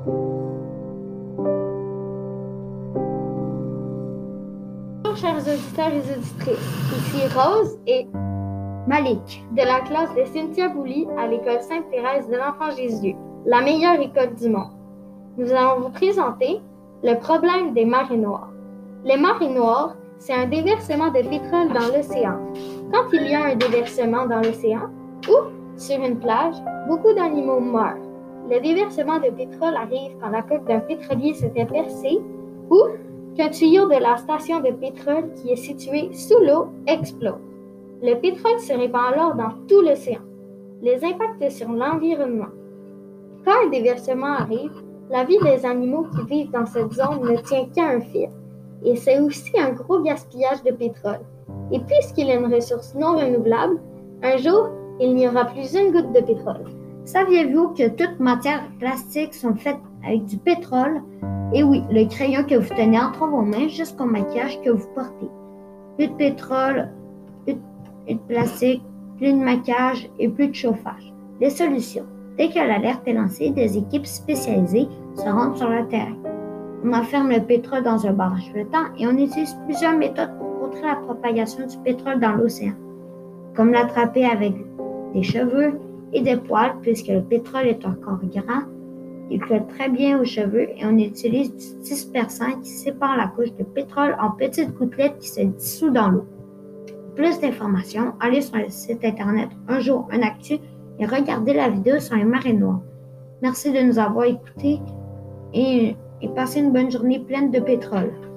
Bonjour chers auditeurs et auditrices, ici Rose et Malik de la classe de Cynthia Bouli à l'école Sainte-Thérèse de l'Enfant Jésus, la meilleure école du monde. Nous allons vous présenter le problème des marées noires. Les marées noires, c'est un déversement de pétrole dans l'océan. Quand il y a un déversement dans l'océan ou sur une plage, beaucoup d'animaux meurent. Le déversement de pétrole arrive quand la coque d'un pétrolier se fait percer ou qu'un tuyau de la station de pétrole qui est située sous l'eau explose. Le pétrole se répand alors dans tout l'océan. Les impacts sur l'environnement. Quand un déversement arrive, la vie des animaux qui vivent dans cette zone ne tient qu'à un fil. Et c'est aussi un gros gaspillage de pétrole. Et puisqu'il est une ressource non renouvelable, un jour, il n'y aura plus une goutte de pétrole. Saviez-vous que toutes matières plastiques sont faites avec du pétrole? Et oui, le crayon que vous tenez entre vos mains jusqu'au maquillage que vous portez. Plus de pétrole, plus de plastique, plus de maquillage et plus de chauffage. Les solutions. Dès que l'alerte est lancée, des équipes spécialisées se rendent sur le terrain. On enferme le pétrole dans un barrage flottant et on utilise plusieurs méthodes pour contrer la propagation du pétrole dans l'océan, comme l'attraper avec des cheveux et des poils, puisque le pétrole est encore grand. Il colle très bien aux cheveux et on utilise du dispersant qui sépare la couche de pétrole en petites gouttelettes qui se dissout dans l'eau. Pour plus d'informations, allez sur le site internet Un jour, un actu et regardez la vidéo sur les marées noires. Merci de nous avoir écoutés et passez une bonne journée pleine de pétrole.